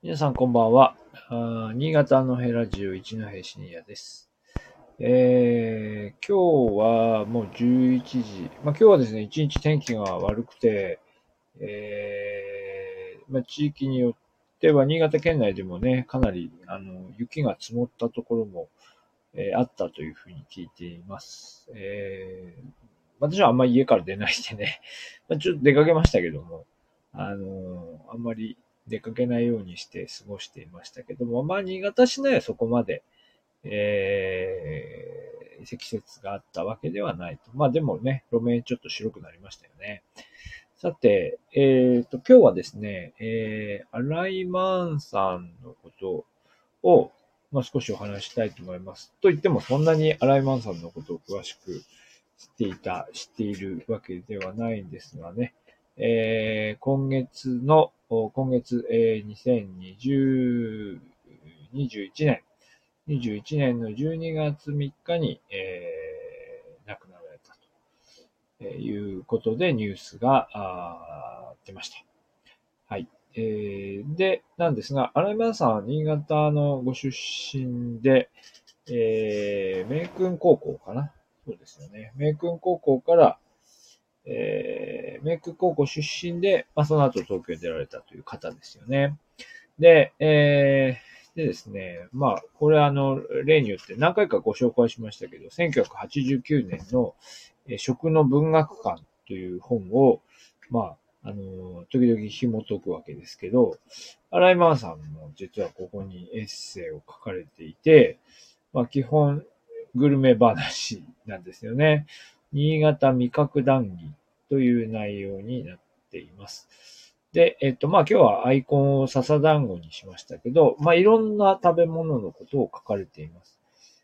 皆さんこんばんは。新潟のヘラジオ一戸シニアです。今日はもう11時。今日はですね、一日天気が悪くて、地域によっては新潟県内でもね、かなり雪が積もったところも、あったというふうに聞いています。私はあんまり家から出ないでね、ちょっと出かけましたけども、あんまり出かけないようにして過ごしていましたけども、新潟市内はそこまで、積雪があったわけではないと。でもね、路面ちょっと白くなりましたよね。さて、今日はですね、新井満さんのことを、少しお話したいと思います。と言っても、そんなに新井満さんのことを詳しく知っているわけではないんですがね、今月、21年、21年の12月3日に、亡くなられたということでニュースが出ました。はい。なんですが、新井満さんは新潟のご出身で、明訓高校かな。そうですよね。明訓高校から、明訓高校出身で、その後東京に出られたという方ですよね。でですね、これ例によって何回かご紹介しましたけど、1989年の、食の文学館という本を、時々紐解くわけですけど、新井満さんも実はここにエッセイを書かれていて、基本、グルメ話なんですよね。新潟味覚談義という内容になっています。で、今日はアイコンを笹団子にしましたけど、いろんな食べ物のことを書かれています。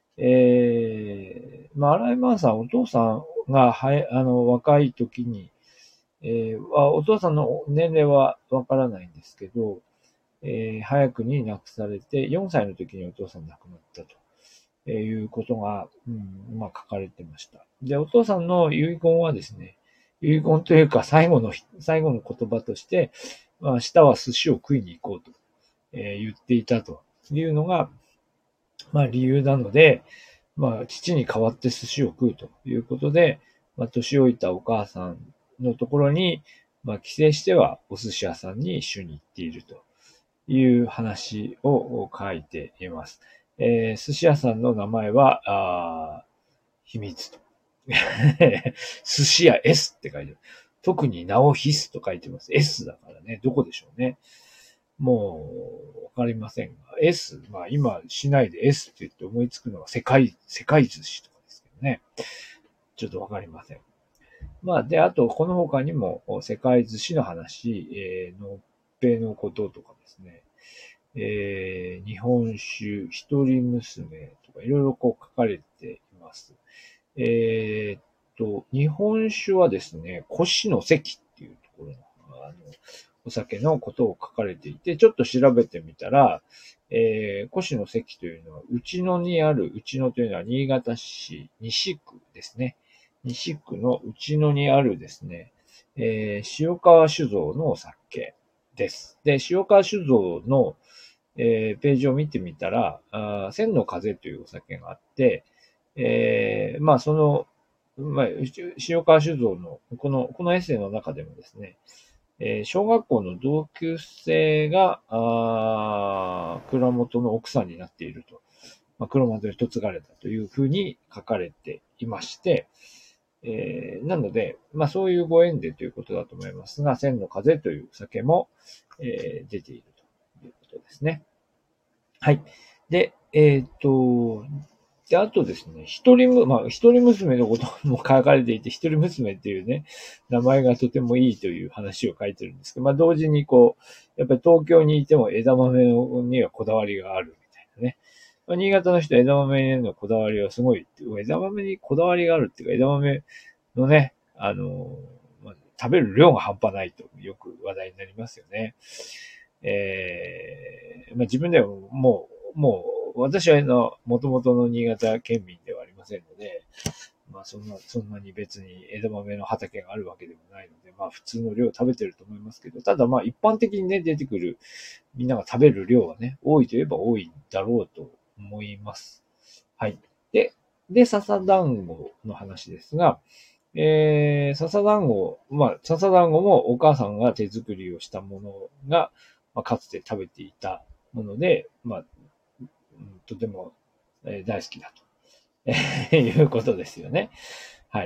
新井満さん、お父さんが、若い時に、お父さんの年齢はわからないんですけど、早くに亡くされて、4歳の時にお父さん亡くなったということが、書かれてました。で、お父さんの遺言はですね、遺言というか最後の言葉として、明日は寿司を食いに行こうと、言っていたというのが、理由なので、父に代わって寿司を食うということで、年老いたお母さんのところに、帰省してはお寿司屋さんに一緒に行っているという話を書いています。寿司屋さんの名前は、秘密と。寿司屋 S って書いてある。特に名を必須と書いてます。S だからね、どこでしょうね。もう、わかりませんが。S、今、市内で S って言って思いつくのは世界寿司とかですけどね。ちょっとわかりません。で、あと、この他にも、世界寿司の話、のっぺのこととかですね。日本酒、一人娘とかいろいろ書かれています。日本酒はですね、越の関っていうところの、お酒のことを書かれていて、ちょっと調べてみたら、越の関というのは、内野というのは新潟市西区ですね。西区の内野にあるですね、塩川酒造のお酒です。で、塩川酒造の、ページを見てみたら、千の風というお酒があって、その、塩川酒造の、このエッセイの中でもですね、小学校の同級生が、蔵元の奥さんになっていると。黒門に嫁がれたというふうに書かれていまして、なので、そういうご縁でということだと思いますが、千の風という酒も、出ているということですね。はい。で、あとですね、一人娘のことも書かれていて、一人娘っていうね、名前がとてもいいという話を書いてるんですけど、同時にやっぱり東京にいても枝豆にはこだわりがあるみたいなね。新潟の人は枝豆へのこだわりはすごい、枝豆にこだわりがあるっていうか、枝豆のね、食べる量が半端ないとよく話題になりますよね。自分ではもう、私はもともとの新潟県民ではありませんので、 まあそんなに別に枝豆の畑があるわけでもないので、まあ普通の量食べてると思いますけど、ただまあ一般的にね、出てくるみんなが食べる量はね、多いといえば多いんだろうと思います。はい。で、笹団子の話ですが、笹団子、まあ、笹団子もお母さんが手作りをしたものが、まあ、かつて食べていたもので、まあ、とても、大好きだということですよね。はい。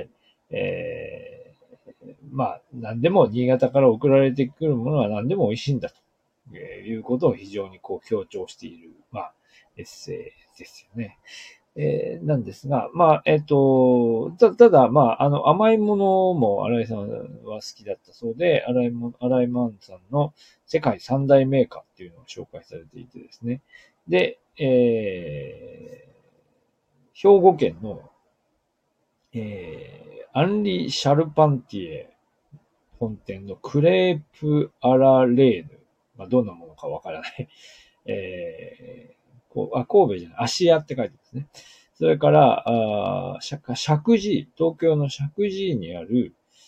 まあ、何でも新潟から送られてくるものは何でも美味しいんだということを非常にこう強調している、まあ、エッセイですよね。なんですが、まあ、ただ、まあ、甘いものも新井さんは好きだったそうで、新井マンさんの世界三大メーカーっていうのを紹介されていてですね。で、兵庫県の、アンリ・シャルパンティエ本店のクレープ・アラレーヌ。まあ、どんなものかわからない。神戸じゃない、芦屋って書いてますね。それから、石神井、東京の石神井にある、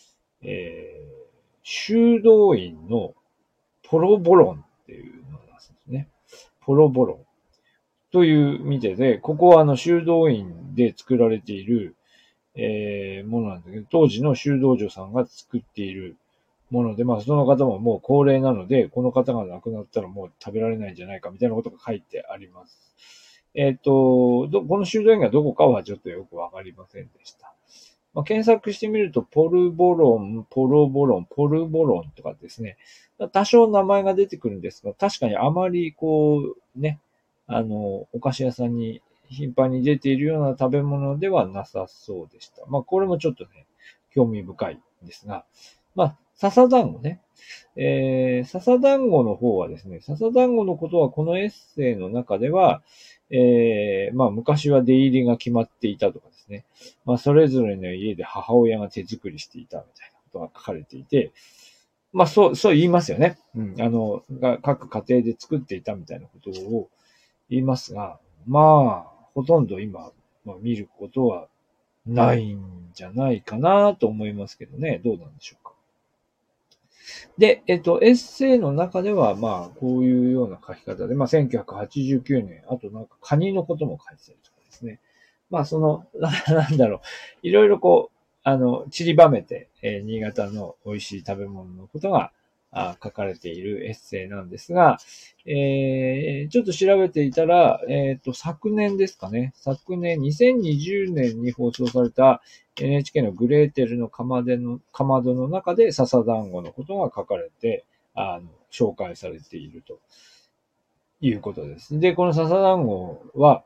修道院のポロボロンっていうのなんですね。ポロボロンという見てで、ここは修道院で作られている、ものなんだけど、当時の修道女さんが作っているもので、まあその方ももう高齢なので、この方が亡くなったらもう食べられないんじゃないかみたいなことが書いてあります。この修道院がどこかはちょっとよくわかりませんでした。まあ、検索してみると、ポルボロン、ポロボロン、ポルボロンとかですね、多少名前が出てくるんですが、確かにあまりこう、ね、お菓子屋さんに頻繁に出ているような食べ物ではなさそうでした。まあ、これもちょっとね、興味深いんですが、まあ、笹団子ね。笹団子の方はですね、笹団子のことはこのエッセイの中では、まあ昔は出入りが決まっていたとかですね。まあそれぞれの家で母親が手作りしていたみたいなことが書かれていて、まあそう言いますよね。うん。各家庭で作っていたみたいなことを言いますが、まあ、ほとんど今、まあ、見ることはないんじゃないかなと思いますけどね。どうなんでしょうか。で、エッセイの中では、まあ、こういうような書き方で、まあ、1989年、あとなんかカニのことも書いてたりとかですね。まあ、なんだろう、いろいろこう、散りばめて、新潟の美味しい食べ物のことが書かれているエッセイなんですが、ちょっと調べていたら、昨年ですかね。昨年、2020年に放送された NHK のグレーテルのかまどの中で笹団子のことが書かれて、紹介されているということです。で、この笹団子は、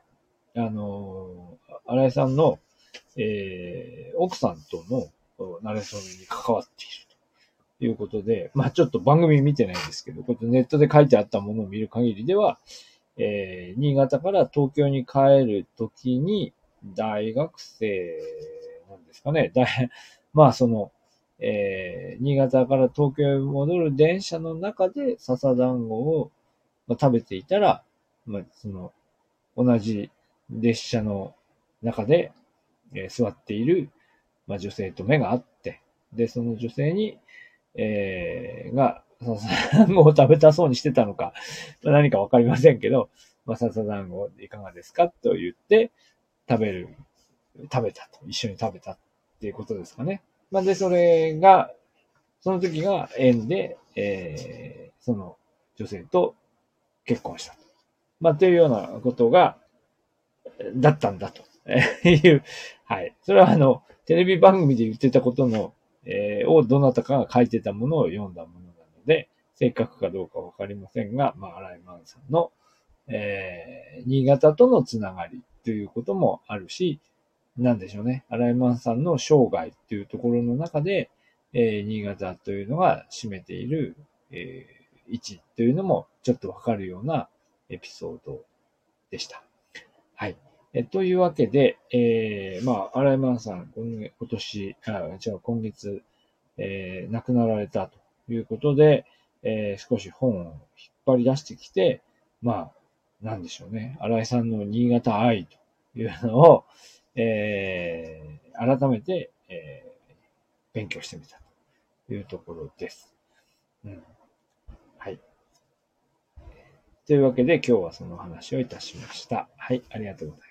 新井さんの、奥さんとの馴れ初めに関わっているということで、まあちょっと番組見てないんですけど、こうやってネットで書いてあったものを見る限りでは、新潟から東京に帰るときに、大学生なんですかね。まあ新潟から東京へ戻る電車の中で笹団子を、食べていたら、まあ、同じ列車の中で、座っている、まあ、女性と目が合って、で、その女性に、笹団子を食べたそうにしてたのか、まあ、何かわかりませんけど、まあ、笹団子いかがですかと言って、食べたと。一緒に食べたっていうことですかね。まあ、で、その時が縁で、その女性と結婚した。まあ、というようなことが、だったんだという、はい。それはテレビ番組で言ってたことの、をどなたかが書いてたものを読んだものなので、正確かどうかわかりませんが、まあ、新井満さんの、新潟とのつながりということもあるし、なんでしょうね。新井満さんの生涯っていうところの中で、新潟というのが占めている、位置というのもちょっとわかるようなエピソードでした。はい。というわけで、まあ、新井満さん、今月、亡くなられたということで、少し本を引っ張り出してきて、まあ、なんでしょうね。新井さんの新潟愛というのを、 改めて、勉強してみたというところです。うん。はい。というわけで今日はその話をいたしました。はい、ありがとうございます。